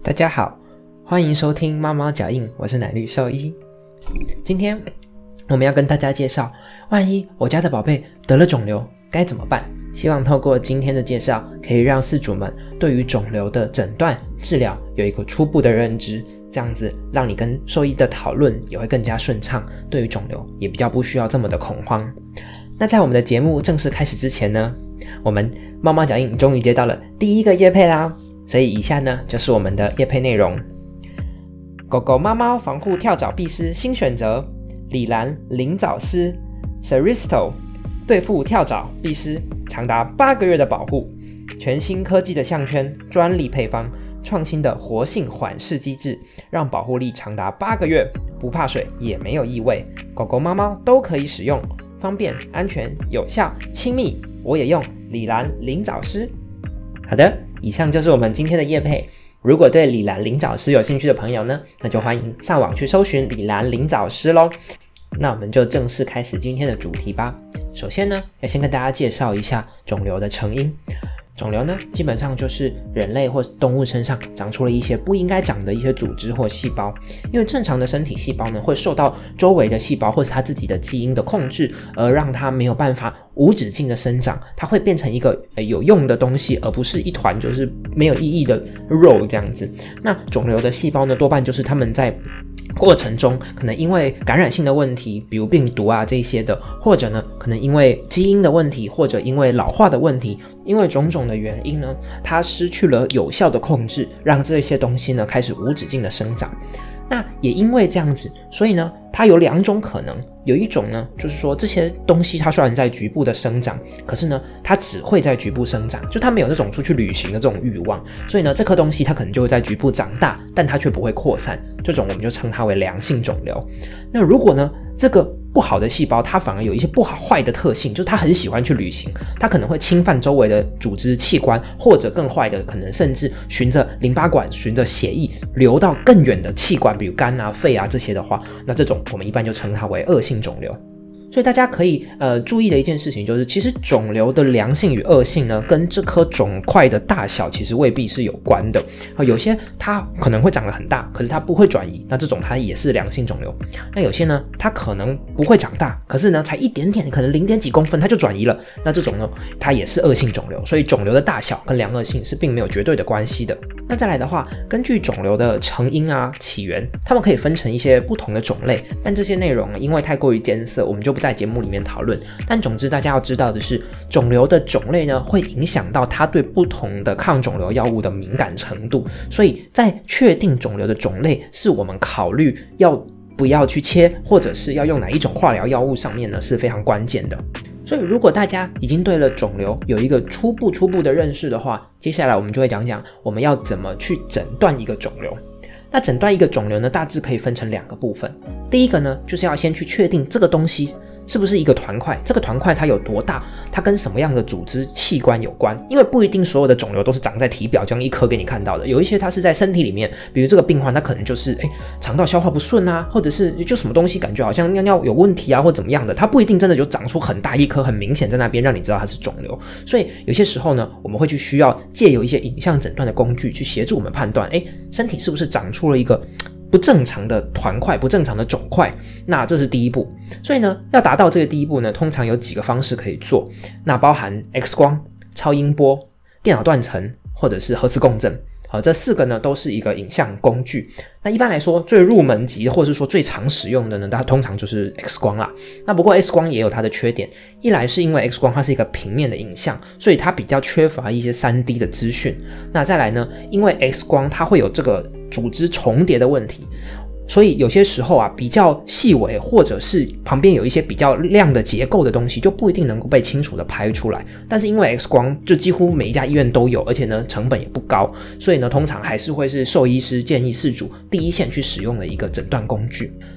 大家好，欢迎收听猫猫脚印，我是奶绿兽医。今天我们要跟大家介绍，万一我家的宝贝得了肿瘤该怎么办。希望透过今天的介绍，可以让饲主们对于肿瘤的诊断治疗有一个初步的认知，这样子让你跟兽医的讨论也会更加顺畅，对于肿瘤也比较不需要这么的恐慌。那在我们的节目正式开始之前呢，我们猫猫脚印终于接到了第一个业配啦，所以以下呢就是我们的业配内容。狗狗猫猫防护跳蚤壁虱新选择，李兰灵藻虱 Seristo 对付跳蚤壁虱长达8个月的保护，全新科技的项圈专利配方，创新的活性缓释机制，让保护力长达8个月，不怕水也没有异味，狗狗猫猫都可以使用，方便、安全、有效、亲密。我也用李兰灵藻虱。好的，以上就是我们今天的业配。如果对李兰灵藻虱有兴趣的朋友呢，那就欢迎上网去搜寻李兰灵藻虱咯。那我们就正式开始今天的主题吧。首先呢，要先跟大家介绍一下肿瘤的成因。肿瘤呢，基本上就是人类或动物身上长出了一些不应该长的一些组织或细胞，因为正常的身体细胞呢，会受到周围的细胞或是它自己的基因的控制，而让它没有办法无止境的生长，它会变成一个有用的东西，而不是一团就是没有意义的肉这样子。那肿瘤的细胞呢，多半就是它们在过程中可能因为感染性的问题，比如病毒啊这些的，或者呢可能因为基因的问题，或者因为老化的问题，因为种种的原因呢，它失去了有效的控制，让这些东西呢开始无止境的生长。那也因为这样子，所以呢它有2种可能，有一种呢就是说这些东西它虽然在局部的生长，可是呢它只会在局部生长，就它没有那种出去旅行的这种欲望，所以呢这颗东西它可能就会在局部长大，但它却不会扩散，这种我们就称它为良性肿瘤。那如果呢这个不好的细胞它反而有一些不好坏的特性，就是它很喜欢去旅行，它可能会侵犯周围的组织器官，或者更坏的可能甚至循着淋巴管循着血液流到更远的器官，比如肝啊肺啊这些的话，那这种我们一般就称它为恶性肿瘤。所以大家可以注意的一件事情就是，其实肿瘤的良性与恶性呢，跟这颗肿块的大小其实未必是有关的。有些它可能会长得很大，可是它不会转移，那这种它也是良性肿瘤。那有些呢，它可能不会长大，可是呢才一点点，可能0点几公分它就转移了，那这种呢它也是恶性肿瘤。所以肿瘤的大小跟良恶性是并没有绝对的关系的。那再来的话，根据肿瘤的成因啊起源，它们可以分成一些不同的种类，但这些内容因为太过于艰涩，我们就不在节目里面讨论。但总之大家要知道的是，肿瘤的种类呢会影响到它对不同的抗肿瘤药物的敏感程度，所以在确定肿瘤的种类是我们考虑要不要去切，或者是要用哪一种化疗药物上面呢是非常关键的。所以如果大家已经对了肿瘤有一个初步的认识的话，接下来我们就会讲讲我们要怎么去诊断一个肿瘤。那诊断一个肿瘤呢，大致可以分成2个部分。第一个呢，就是要先去确定这个东西是不是一个团块，这个团块它有多大，它跟什么样的组织器官有关，因为不一定所有的肿瘤都是长在体表这样一颗给你看到的，有一些它是在身体里面，比如这个病患他可能就是肠道消化不顺啊，或者是就什么东西感觉好像尿尿有问题啊或怎么样的，它不一定真的就长出很大一颗很明显在那边让你知道它是肿瘤。所以有些时候呢，我们会去需要借由一些影像诊断的工具去协助我们判断身体是不是长出了一个不正常的团块，不正常的肿块，那这是第一步。所以呢，要达到这个第一步呢，通常有几个方式可以做，那包含 X 光、超音波、电脑断层或者是核磁共振。好，这4个呢都是一个影像工具。那一般来说，最入门级或者是说最常使用的呢，它通常就是 X 光啦。那不过 X 光也有它的缺点，一来是因为 X 光它是一个平面的影像，所以它比较缺乏一些 3D 的资讯。那再来呢，因为 X 光它会有这个组织重叠的问题，所以有些时候啊，比较细微或者是旁边有一些比较亮的结构的东西，就不一定能够被清楚的拍出来。但是因为 X 光就几乎每一家医院都有，而且呢成本也不高，所以呢通常还是会是兽医师建议饲主第一线去使用的一个诊断工具。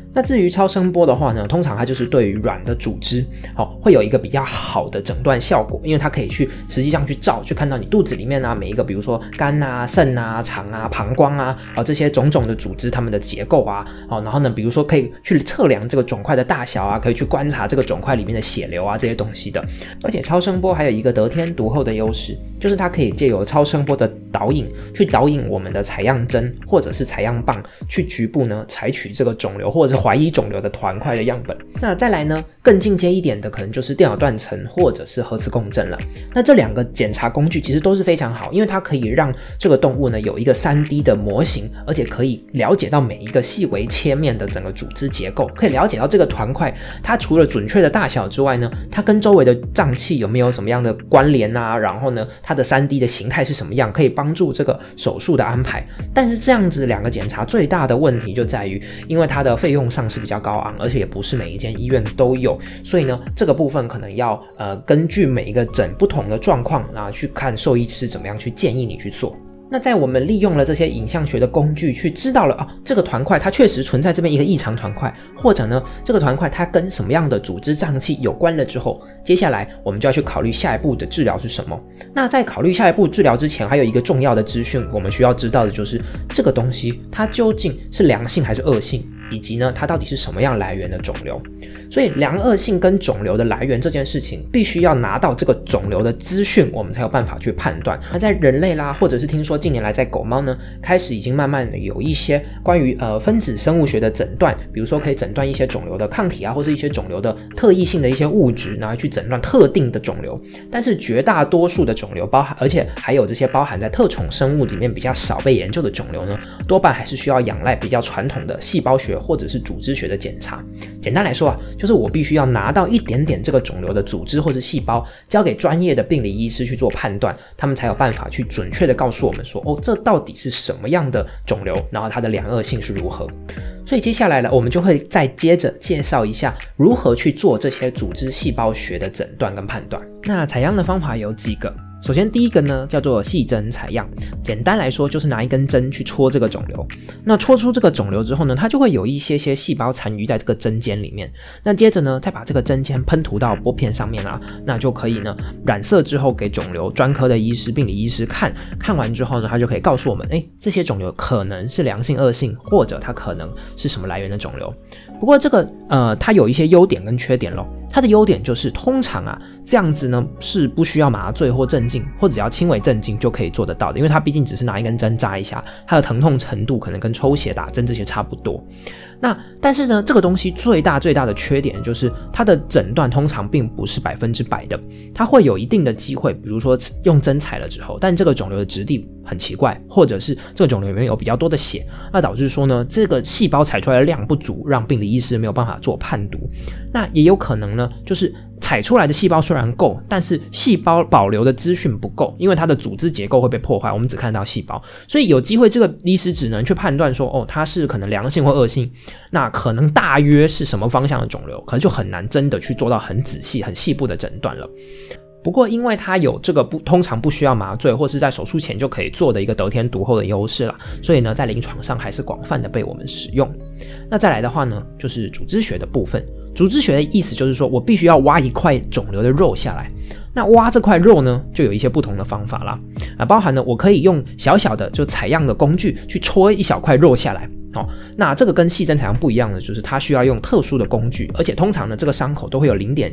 那至于超声波的话呢，通常它就是对于软的组织会有一个比较好的诊断效果，因为它可以实际上去照，去看到你肚子里面啊每一个，比如说肝啊、肾啊、肠啊、膀胱啊这些种种的组织它们的结构啊然后呢比如说可以去测量这个肿块的大小啊，可以去观察这个肿块里面的血流啊这些东西的。而且超声波还有一个得天独厚的优势，就是它可以借由超声波的导引去导引我们的采样针或者是采样棒，去局部呢采取这个肿瘤或者是怀疑肿瘤的团块的样本。那再来呢更进阶一点的可能就是电脑断层或者是核磁共振了。那这两个检查工具其实都是非常好，因为它可以让这个动物呢有一个 3D 的模型，而且可以了解到每一个细微切面的整个组织结构，可以了解到这个团块它除了准确的大小之外呢，它跟周围的脏器有没有什么样的关联啊，然后呢它的 3D 的形态是什么样，可以帮助这个手术的安排。但是这样子两个检查最大的问题就在于，因为它的费用上是比较高昂，而且也不是每一间医院都有，所以呢这个部分可能要根据每一个诊不同的状况去看兽医师怎么样去建议你去做。那在我们利用了这些影像学的工具去知道了这个团块它确实存在这边一个异常团块，或者呢这个团块它跟什么样的组织脏器有关了之后，接下来我们就要去考虑下一步的治疗是什么。那在考虑下一步治疗之前，还有一个重要的资讯我们需要知道的就是这个东西它究竟是良性还是恶性，以及呢它到底是什么样来源的肿瘤。所以良恶性跟肿瘤的来源这件事情必须要拿到这个肿瘤的资讯，我们才有办法去判断。那在人类啦，或者是听说近年来在狗猫呢开始已经慢慢的有一些关于分子生物学的诊断，比如说可以诊断一些肿瘤的抗体啊，或是一些肿瘤的特异性的一些物质，然后去诊断特定的肿瘤。但是绝大多数的肿瘤而且还有这些包含在特宠生物里面比较少被研究的肿瘤呢，多半还是需要仰赖比较传统的细胞学或者是组织学的检查。简单来说就是我必须要拿到一点点这个肿瘤的组织或是细胞，交给专业的病理医师去做判断，他们才有办法去准确的告诉我们说这到底是什么样的肿瘤，然后它的良恶性是如何。所以接下来呢，我们就会再接着介绍一下如何去做这些组织细胞学的诊断跟判断。那采样的方法有几个。首先第一个呢叫做细针采样，简单来说就是拿一根针去戳这个肿瘤。那戳出这个肿瘤之后呢，它就会有一些细胞残余在这个针尖里面。那接着呢再把这个针尖喷涂到玻片上面那就可以呢染色之后给肿瘤专科的医师病理医师看完之后呢，他就可以告诉我们这些肿瘤可能是良性恶性，或者它可能是什么来源的肿瘤。不过这个它有一些优点跟缺点咯。它的优点就是通常这样子呢是不需要麻醉或镇静，或只要轻微镇静就可以做得到的，因为它毕竟只是拿一根针扎一下，它的疼痛程度可能跟抽血打针这些差不多。但是呢这个东西最大的缺点就是它的诊断通常并不是100%的，它会有一定的机会，比如说用针采了之后，但这个肿瘤的质地很奇怪，或者是这个肿瘤里面有比较多的血，那导致说呢这个细胞采出来的量不足，让病理医师没有办法做判读。那也有可能呢就是采出来的细胞虽然够，但是细胞保留的资讯不够，因为它的组织结构会被破坏，我们只看到细胞，所以有机会这个医师只能去判断说它是可能良性或恶性，那可能大约是什么方向的肿瘤，可能就很难真的去做到很仔细很细部的诊断了。不过因为它有这个通常不需要麻醉或是在手术前就可以做的一个得天独厚的优势啦，所以呢在临床上还是广泛的被我们使用。那再来的话呢就是组织学的部分。组织学的意思就是说我必须要挖一块肿瘤的肉下来，那挖这块肉呢就有一些不同的方法啦包含呢我可以用小小的就采样的工具去戳一小块肉下来那这个跟细针采样不一样的就是它需要用特殊的工具，而且通常呢这个伤口都会有 0.2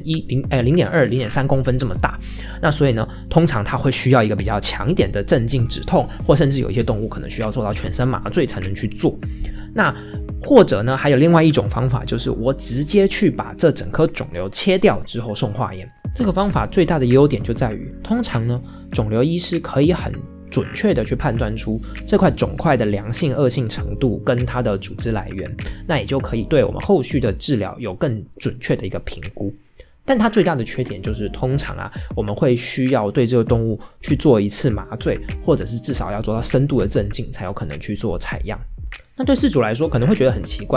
0.3 公分这么大，那所以呢通常它会需要一个比较强一点的镇静止痛，或甚至有一些动物可能需要做到全身麻醉才能去做。那或者呢还有另外一种方法，就是我直接去把这整颗肿瘤切掉之后送化验。这个方法最大的优点就在于通常呢肿瘤医师可以很准确的去判断出这块肿块的良性恶性程度跟它的组织来源，那也就可以对我们后续的治疗有更准确的一个评估。但它最大的缺点就是通常我们会需要对这个动物去做一次麻醉，或者是至少要做到深度的镇静才有可能去做采样。那对饲主来说可能会觉得很奇怪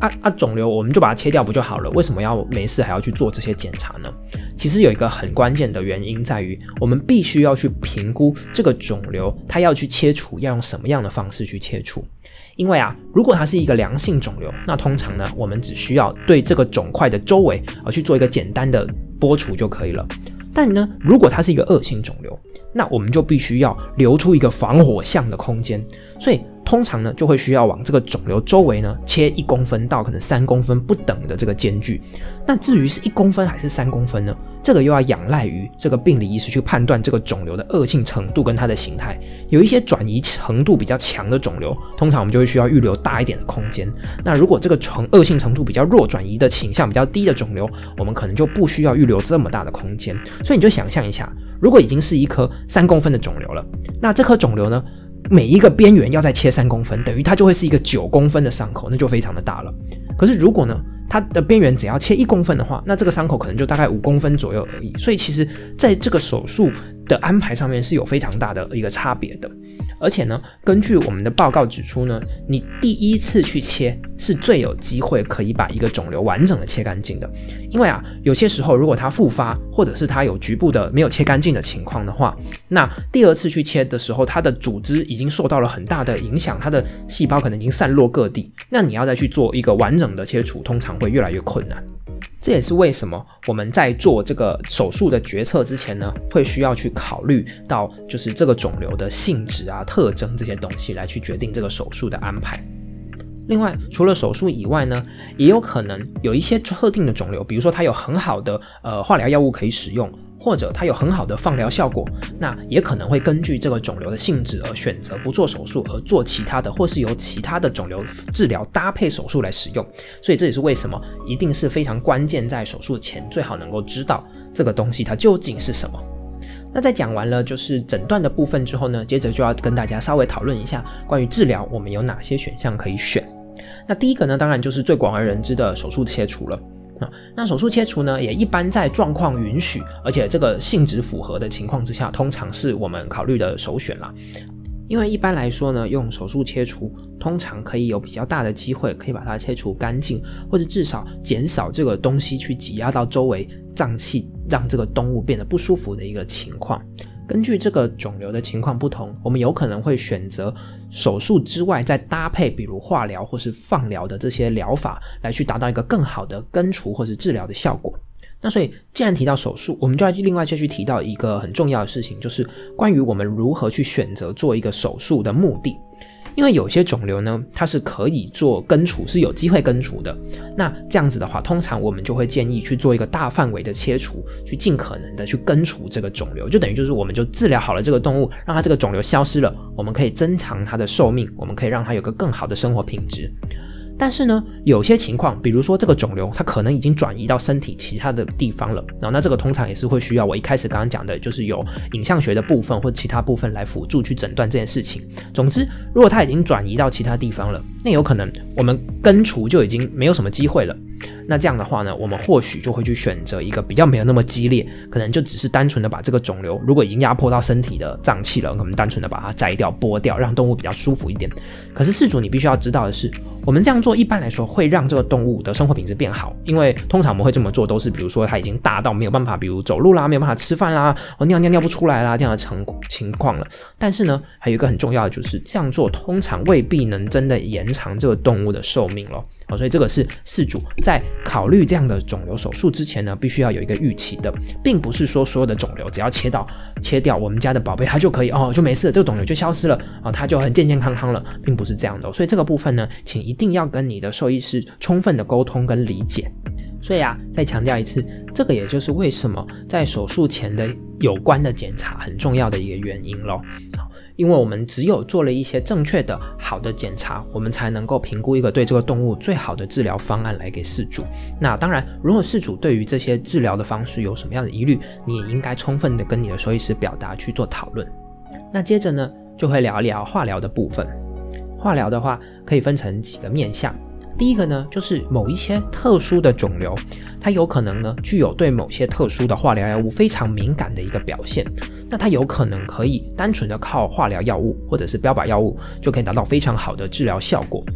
肿瘤我们就把它切掉不就好了？为什么要没事还要去做这些检查呢？其实有一个很关键的原因在于，我们必须要去评估这个肿瘤它要去切除要用什么样的方式去切除。因为如果它是一个良性肿瘤，那通常呢我们只需要对这个肿块的周围去做一个简单的剥除就可以了。但呢如果它是一个恶性肿瘤，那我们就必须要留出一个防火巷的空间，所以通常呢就会需要往这个肿瘤周围呢切1公分到可能3公分不等的这个间距。那至于是1公分还是3公分呢，这个又要仰赖于这个病理医师去判断这个肿瘤的恶性程度跟它的形态。有一些转移程度比较强的肿瘤，通常我们就会需要预留大一点的空间。那如果这个恶性程度比较弱，转移的倾向比较低的肿瘤，我们可能就不需要预留这么大的空间。所以你就想象一下，如果已经是一颗3公分的肿瘤了，那这颗肿瘤呢每一个边缘要再切3公分，等于它就会是一个9公分的伤口，那就非常的大了。可是如果呢它的边缘只要切1公分的话，那这个伤口可能就大概5公分左右而已。所以其实在这个手术的安排上面是有非常大的一个差别的。而且呢根据我们的报告指出呢，你第一次去切是最有机会可以把一个肿瘤完整的切干净的。因为有些时候如果它复发，或者是它有局部的没有切干净的情况的话，那第二次去切的时候，它的组织已经受到了很大的影响，它的细胞可能已经散落各地，那你要再去做一个完整的切除，通常会越来越困难。这也是为什么我们在做这个手术的决策之前呢，会需要去考虑到就是这个肿瘤的性质特征这些东西来去决定这个手术的安排。另外除了手术以外呢，也有可能有一些特定的肿瘤，比如说它有很好的化疗药物可以使用，或者它有很好的放疗效果，那也可能会根据这个肿瘤的性质而选择不做手术，而做其他的，或是由其他的肿瘤治疗搭配手术来使用。所以这也是为什么一定是非常关键，在手术前最好能够知道这个东西它究竟是什么。那在讲完了就是诊断的部分之后呢，接着就要跟大家稍微讨论一下关于治疗我们有哪些选项可以选。那第一个呢，当然就是最广而人知的手术切除了。那手术切除呢，也一般在状况允许，而且这个性质符合的情况之下，通常是我们考虑的首选啦。因为一般来说呢，用手术切除通常可以有比较大的机会可以把它切除干净，或者至少减少这个东西去挤压到周围脏器，让这个动物变得不舒服的一个情况。根据这个肿瘤的情况不同，我们有可能会选择手术之外再搭配比如化疗或是放疗的这些疗法，来去达到一个更好的根除或是治疗的效果。那所以既然提到手术，我们就要另外去提到一个很重要的事情，就是关于我们如何去选择做一个手术的目的。因为有些肿瘤呢，它是可以做根除，是有机会根除的。那这样子的话，通常我们就会建议去做一个大范围的切除，去尽可能的去根除这个肿瘤，就等于就是我们就治疗好了这个动物，让它这个肿瘤消失了，我们可以增长它的寿命，我们可以让它有个更好的生活品质。但是呢，有些情况，比如说这个肿瘤它可能已经转移到身体其他的地方了，那这个通常也是会需要我一开始刚刚讲的，就是有影像学的部分或其他部分来辅助去诊断这件事情。总之，如果它已经转移到其他地方了，那有可能我们根除就已经没有什么机会了。那这样的话呢，我们或许就会去选择一个比较没有那么激烈，可能就只是单纯的把这个肿瘤，如果已经压迫到身体的脏器了，我们单纯的把它摘掉剥掉，让动物比较舒服一点。可是饲主你必须要知道的是，我们这样做一般来说会让这个动物的生活品质变好，因为通常我们会这么做都是比如说它已经大到没有办法比如走路啦，没有办法吃饭啦，尿不出来啦这样的情况了。但是呢，还有一个很重要的就是这样做通常未必能真的延长这个动物的寿命咯。所以这个是饲主在考虑这样的肿瘤手术之前呢，必须要有一个预期的，并不是说所有的肿瘤只要切掉我们家的宝贝它就可以就没事了，这个肿瘤就消失了它就很健健康康了，并不是这样的。所以这个部分呢，请一定要跟你的兽医师充分的沟通跟理解。所以再强调一次，这个也就是为什么在手术前的有关的检查很重要的一个原因咯。因为我们只有做了一些正确的好的检查，我们才能够评估一个对这个动物最好的治疗方案来给饲主。那当然，如果饲主对于这些治疗的方式有什么样的疑虑，你也应该充分的跟你的兽医师表达去做讨论。那接着呢，就会聊一聊化疗的部分。化疗的话可以分成几个面向。第一个呢，就是某一些特殊的肿瘤，它有可能呢具有对某些特殊的化疗药物非常敏感的一个表现，那它有可能可以单纯的靠化疗药物或者是标靶药物就可以达到非常好的治疗效果。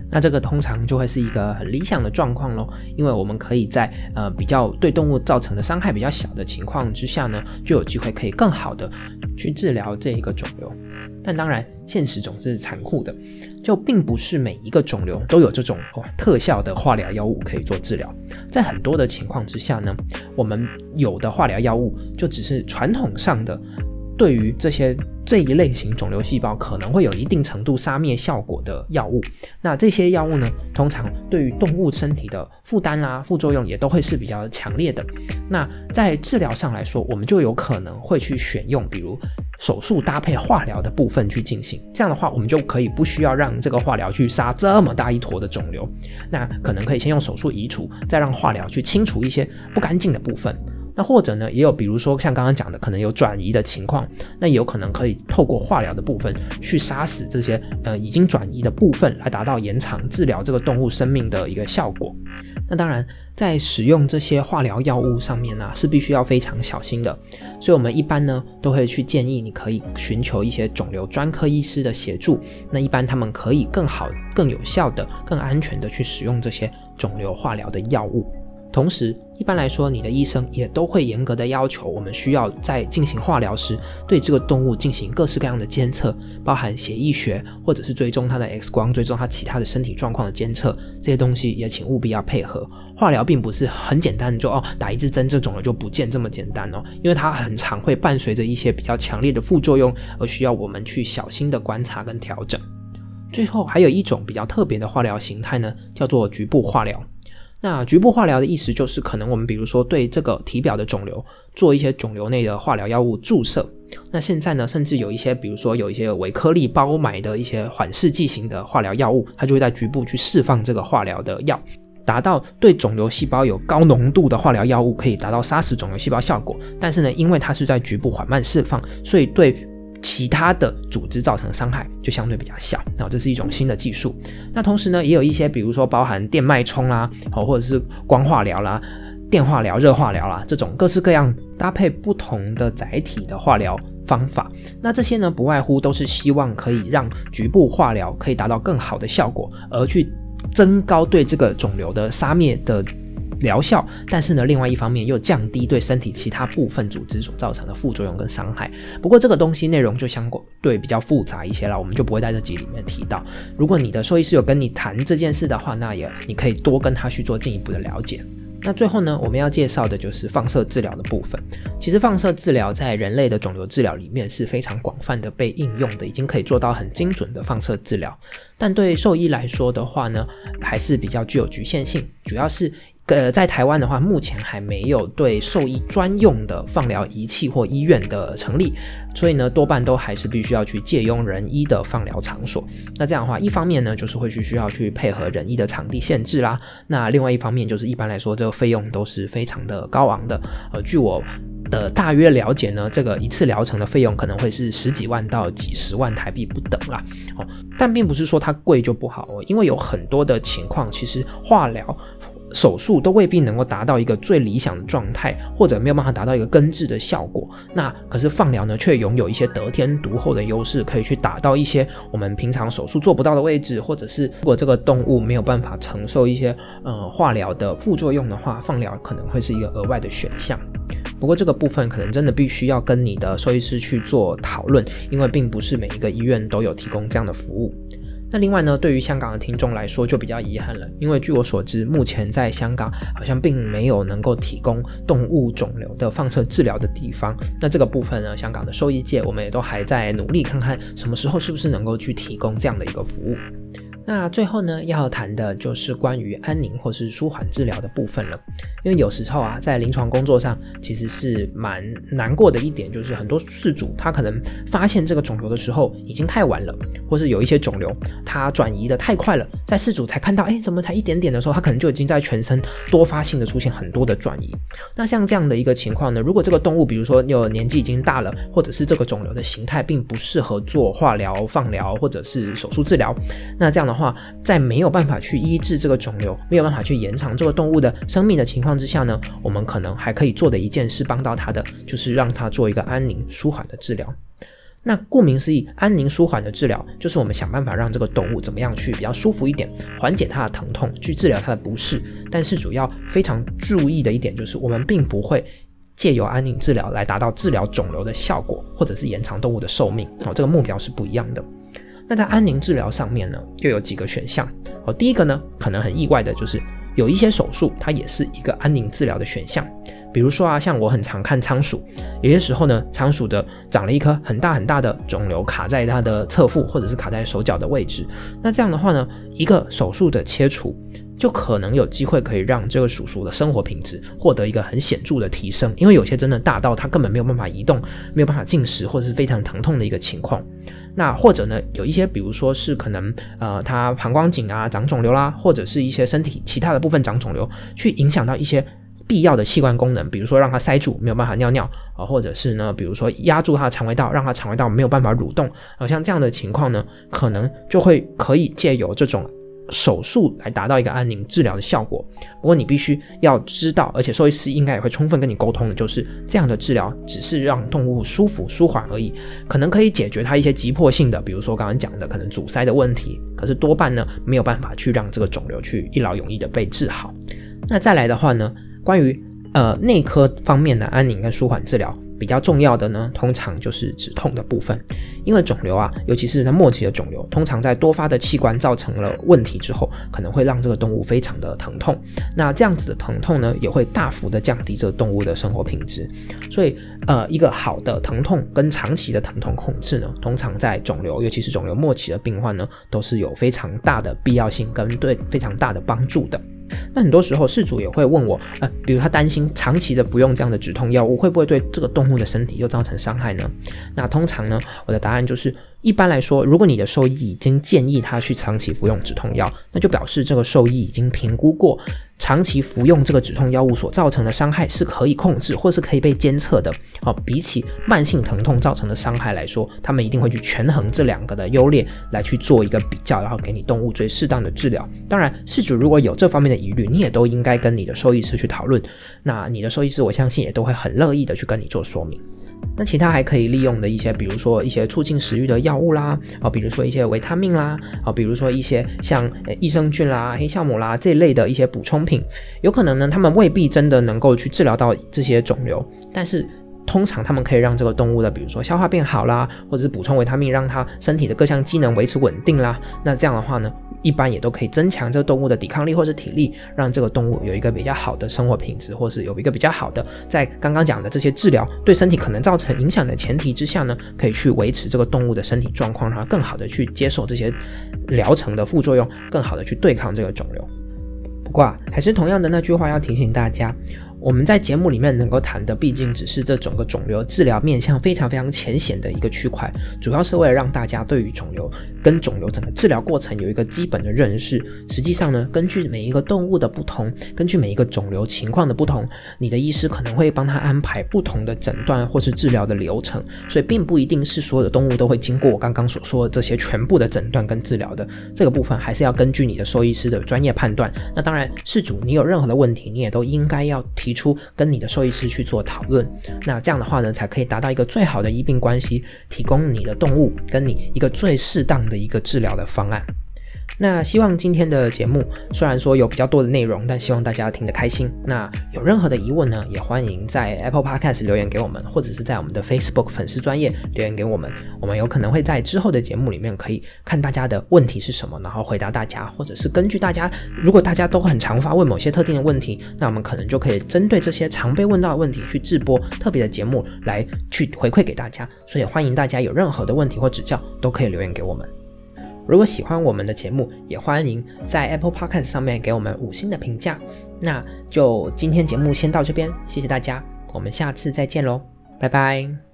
那这个通常就会是一个很理想的状况咯，因为我们可以在比较对动物造成的伤害比较小的情况之下呢，就有机会可以更好的去治疗这一个肿瘤。但当然现实总是残酷的，就并不是每一个肿瘤都有这种特效的化疗药物可以做治疗。在很多的情况之下呢，我们有的化疗药物就只是传统上的对于这一类型肿瘤细胞可能会有一定程度杀灭效果的药物。那这些药物呢，通常对于动物身体的负担啊、副作用也都会是比较强烈的。那在治疗上来说，我们就有可能会去选用比如手术搭配化疗的部分去进行，这样的话我们就可以不需要让这个化疗去杀这么大一坨的肿瘤，那可能可以先用手术移除，再让化疗去清除一些不干净的部分。那或者呢，也有比如说像刚刚讲的可能有转移的情况，那也有可能可以透过化疗的部分去杀死这些已经转移的部分，来达到延长治疗这个动物生命的一个效果。那当然在使用这些化疗药物上面呢，是必须要非常小心的，所以我们一般呢都会去建议你可以寻求一些肿瘤专科医师的协助，那一般他们可以更好、更有效的、更安全的去使用这些肿瘤化疗的药物。同时一般来说你的医生也都会严格的要求我们需要在进行化疗时对这个动物进行各式各样的监测，包含血液学或者是追踪它的 X 光，追踪它其他的身体状况的监测，这些东西也请务必要配合。化疗并不是很简单就打一支针这肿瘤就不见这么简单因为它很常会伴随着一些比较强烈的副作用，而需要我们去小心的观察跟调整。最后还有一种比较特别的化疗形态呢，叫做局部化疗。那局部化疗的意思就是可能我们比如说对这个体表的肿瘤做一些肿瘤内的化疗药物注射，那现在呢甚至有一些比如说有一些微颗粒包埋的一些缓释剂型的化疗药物，它就会在局部去释放这个化疗的药，达到对肿瘤细胞有高浓度的化疗药物可以达到杀死肿瘤细胞效果，但是呢因为它是在局部缓慢释放，所以对其他的组织造成的伤害就相对比较小，这是一种新的技术。那同时呢也有一些比如说包含电脉冲啦，或者是光化疗啦、电化疗、热化疗啦，这种各式各样搭配不同的载体的化疗方法。那这些呢不外乎都是希望可以让局部化疗可以达到更好的效果，而去增高对这个肿瘤的杀灭的疗效，但是呢另外一方面又降低对身体其他部分组织所造成的副作用跟伤害。不过这个东西内容就相对比较复杂一些啦，我们就不会在这集里面提到。如果你的兽医师有跟你谈这件事的话，那也你可以多跟他去做进一步的了解。那最后呢我们要介绍的就是放射治疗的部分。其实放射治疗在人类的肿瘤治疗里面是非常广泛的被应用的，已经可以做到很精准的放射治疗，但对兽医来说的话呢还是比较具有局限性，主要是在台湾的话目前还没有对兽医专用的放疗仪器或医院的成立，所以呢多半都还是必须要去借用人医的放疗场所。那这样的话一方面呢就是会需要去配合人医的场地限制啦，那另外一方面就是一般来说这个费用都是非常的高昂的。据我的大约了解呢，这个一次疗程的费用可能会是10几万到几十万台币不等啦。但并不是说它贵就不好因为有很多的情况其实化疗手术都未必能够达到一个最理想的状态，或者没有办法达到一个根治的效果。那可是放疗呢却拥有一些得天独厚的优势，可以去打到一些我们平常手术做不到的位置，或者是如果这个动物没有办法承受一些化疗的副作用的话，放疗可能会是一个额外的选项。不过这个部分可能真的必须要跟你的兽医师去做讨论，因为并不是每一个医院都有提供这样的服务。那另外呢对于香港的听众来说就比较遗憾了，因为据我所知目前在香港好像并没有能够提供动物肿瘤的放射治疗的地方。那这个部分呢香港的兽医界我们也都还在努力看看什么时候是不是能够去提供这样的一个服务。那最后呢要谈的就是关于安宁或是舒缓治疗的部分了。因为有时候在临床工作上其实是蛮难过的一点，就是很多饲主他可能发现这个肿瘤的时候已经太晚了，或是有一些肿瘤它转移的太快了，在饲主才看到怎么才一点点的时候，它可能就已经在全身多发性的出现很多的转移。那像这样的一个情况呢，如果这个动物比如说有年纪已经大了，或者是这个肿瘤的形态并不适合做化疗、放疗或者是手术治疗，那这样的话在没有办法去医治这个肿瘤，没有办法去延长这个动物的生命的情况之下呢，我们可能还可以做的一件事帮到它的就是让它做一个安宁舒缓的治疗。 那顾名思义，安宁舒缓的治疗就是我们想办法让这个动物怎么样去比较舒服一点，缓解它的疼痛，去治疗它的不适。但是主要非常注意的一点就是，我们并不会借由安宁治疗来达到治疗肿瘤的效果，或者是延长动物的寿命，这个目标是不一样的。那在安宁治疗上面呢，又有几个选项。第一个呢，可能很意外的就是有一些手术它也是一个安宁治疗的选项。比如说像我很常看仓鼠，有些时候呢，仓鼠的长了一颗很大很大的肿瘤卡在它的侧腹或者是卡在手脚的位置，那这样的话呢，一个手术的切除就可能有机会可以让这个鼠鼠的生活品质获得一个很显著的提升，因为有些真的大到它根本没有办法移动，没有办法进食，或者是非常疼痛的一个情况。那或者呢，有一些比如说是可能它膀胱颈啊长肿瘤啦，或者是一些身体其他的部分长肿瘤，去影响到一些必要的器官功能，比如说让它塞住没有办法尿尿，或者是呢比如说压住它的肠胃道，让它肠胃道没有办法蠕动，像这样的情况呢，可能就可以借由这种手术来达到一个安宁治疗的效果。不过你必须要知道，而且兽医师应该也会充分跟你沟通的，就是这样的治疗只是让动物舒服舒缓而已，可能可以解决它一些急迫性的，比如说刚刚讲的可能阻塞的问题，可是多半呢没有办法去让这个肿瘤去一劳永逸的被治好。那再来的话呢，关于内科方面的安宁跟舒缓治疗，比较重要的呢，通常就是止痛的部分。因为肿瘤啊，尤其是在末期的肿瘤，通常在多发的器官造成了问题之后，可能会让这个动物非常的疼痛。那这样子的疼痛呢，也会大幅的降低这个动物的生活品质。所以一个好的疼痛跟长期的疼痛控制呢，通常在肿瘤，尤其是肿瘤末期的病患呢，都是有非常大的必要性跟对非常大的帮助的。那很多时候饲主也会问我，比如他担心长期的不用这样的止痛药物会不会对这个动物的身体又造成伤害呢？那通常呢，我的答案就是一般来说，如果你的兽医已经建议他去长期服用止痛药，那就表示这个兽医已经评估过长期服用这个止痛药物所造成的伤害是可以控制或是可以被监测的。比起慢性疼痛造成的伤害来说，他们一定会去权衡这两个的优劣来去做一个比较，然后给你动物最适当的治疗。当然饲主如果有这方面的疑虑，你也都应该跟你的兽医师去讨论，那你的兽医师我相信也都会很乐意的去跟你做说明。那其他还可以利用的一些，比如说一些促进食欲的药物啦，比如说一些维他命啦，比如说一些像益生菌啦、黑酵母啦这一类的一些补充品，有可能呢，他们未必真的能够去治疗到这些肿瘤，但是通常他们可以让这个动物的比如说消化变好啦，或者是补充维他命让它身体的各项机能维持稳定啦。那这样的话呢，一般也都可以增强这个动物的抵抗力或是体力，让这个动物有一个比较好的生活品质，或是有一个比较好的在刚刚讲的这些治疗对身体可能造成影响的前提之下呢，可以去维持这个动物的身体状况，让它更好的去接受这些疗程的副作用，更好的去对抗这个肿瘤。不过还是同样的那句话要提醒大家，我们在节目里面能够谈的毕竟只是这整个肿瘤治疗面向非常非常浅显的一个区块，主要是为了让大家对于肿瘤跟肿瘤整个治疗过程有一个基本的认识。实际上呢，根据每一个动物的不同，根据每一个肿瘤情况的不同，你的医师可能会帮他安排不同的诊断或是治疗的流程，所以并不一定是所有的动物都会经过我刚刚所说的这些全部的诊断跟治疗的，这个部分还是要根据你的兽医师的专业判断。那当然饲主你有任何的问题，你也都应该要提出跟你的兽医师去做讨论，那这样的话呢，才可以达到一个最好的医病关系，提供你的动物跟你一个最适当的一个治疗的方案。那希望今天的节目虽然说有比较多的内容，但希望大家听得开心。那有任何的疑问呢，也欢迎在 Apple Podcast 留言给我们，或者是在我们的 Facebook 粉丝专页留言给我们。我们有可能会在之后的节目里面可以看大家的问题是什么，然后回答大家，或者是根据大家，如果大家都很常发问某些特定的问题，那我们可能就可以针对这些常被问到的问题去制播特别的节目来去回馈给大家。所以欢迎大家有任何的问题或指教都可以留言给我们。如果喜欢我们的节目，也欢迎在 Apple Podcast 上面给我们5星的评价。那就今天节目先到这边，谢谢大家，我们下次再见咯，拜拜。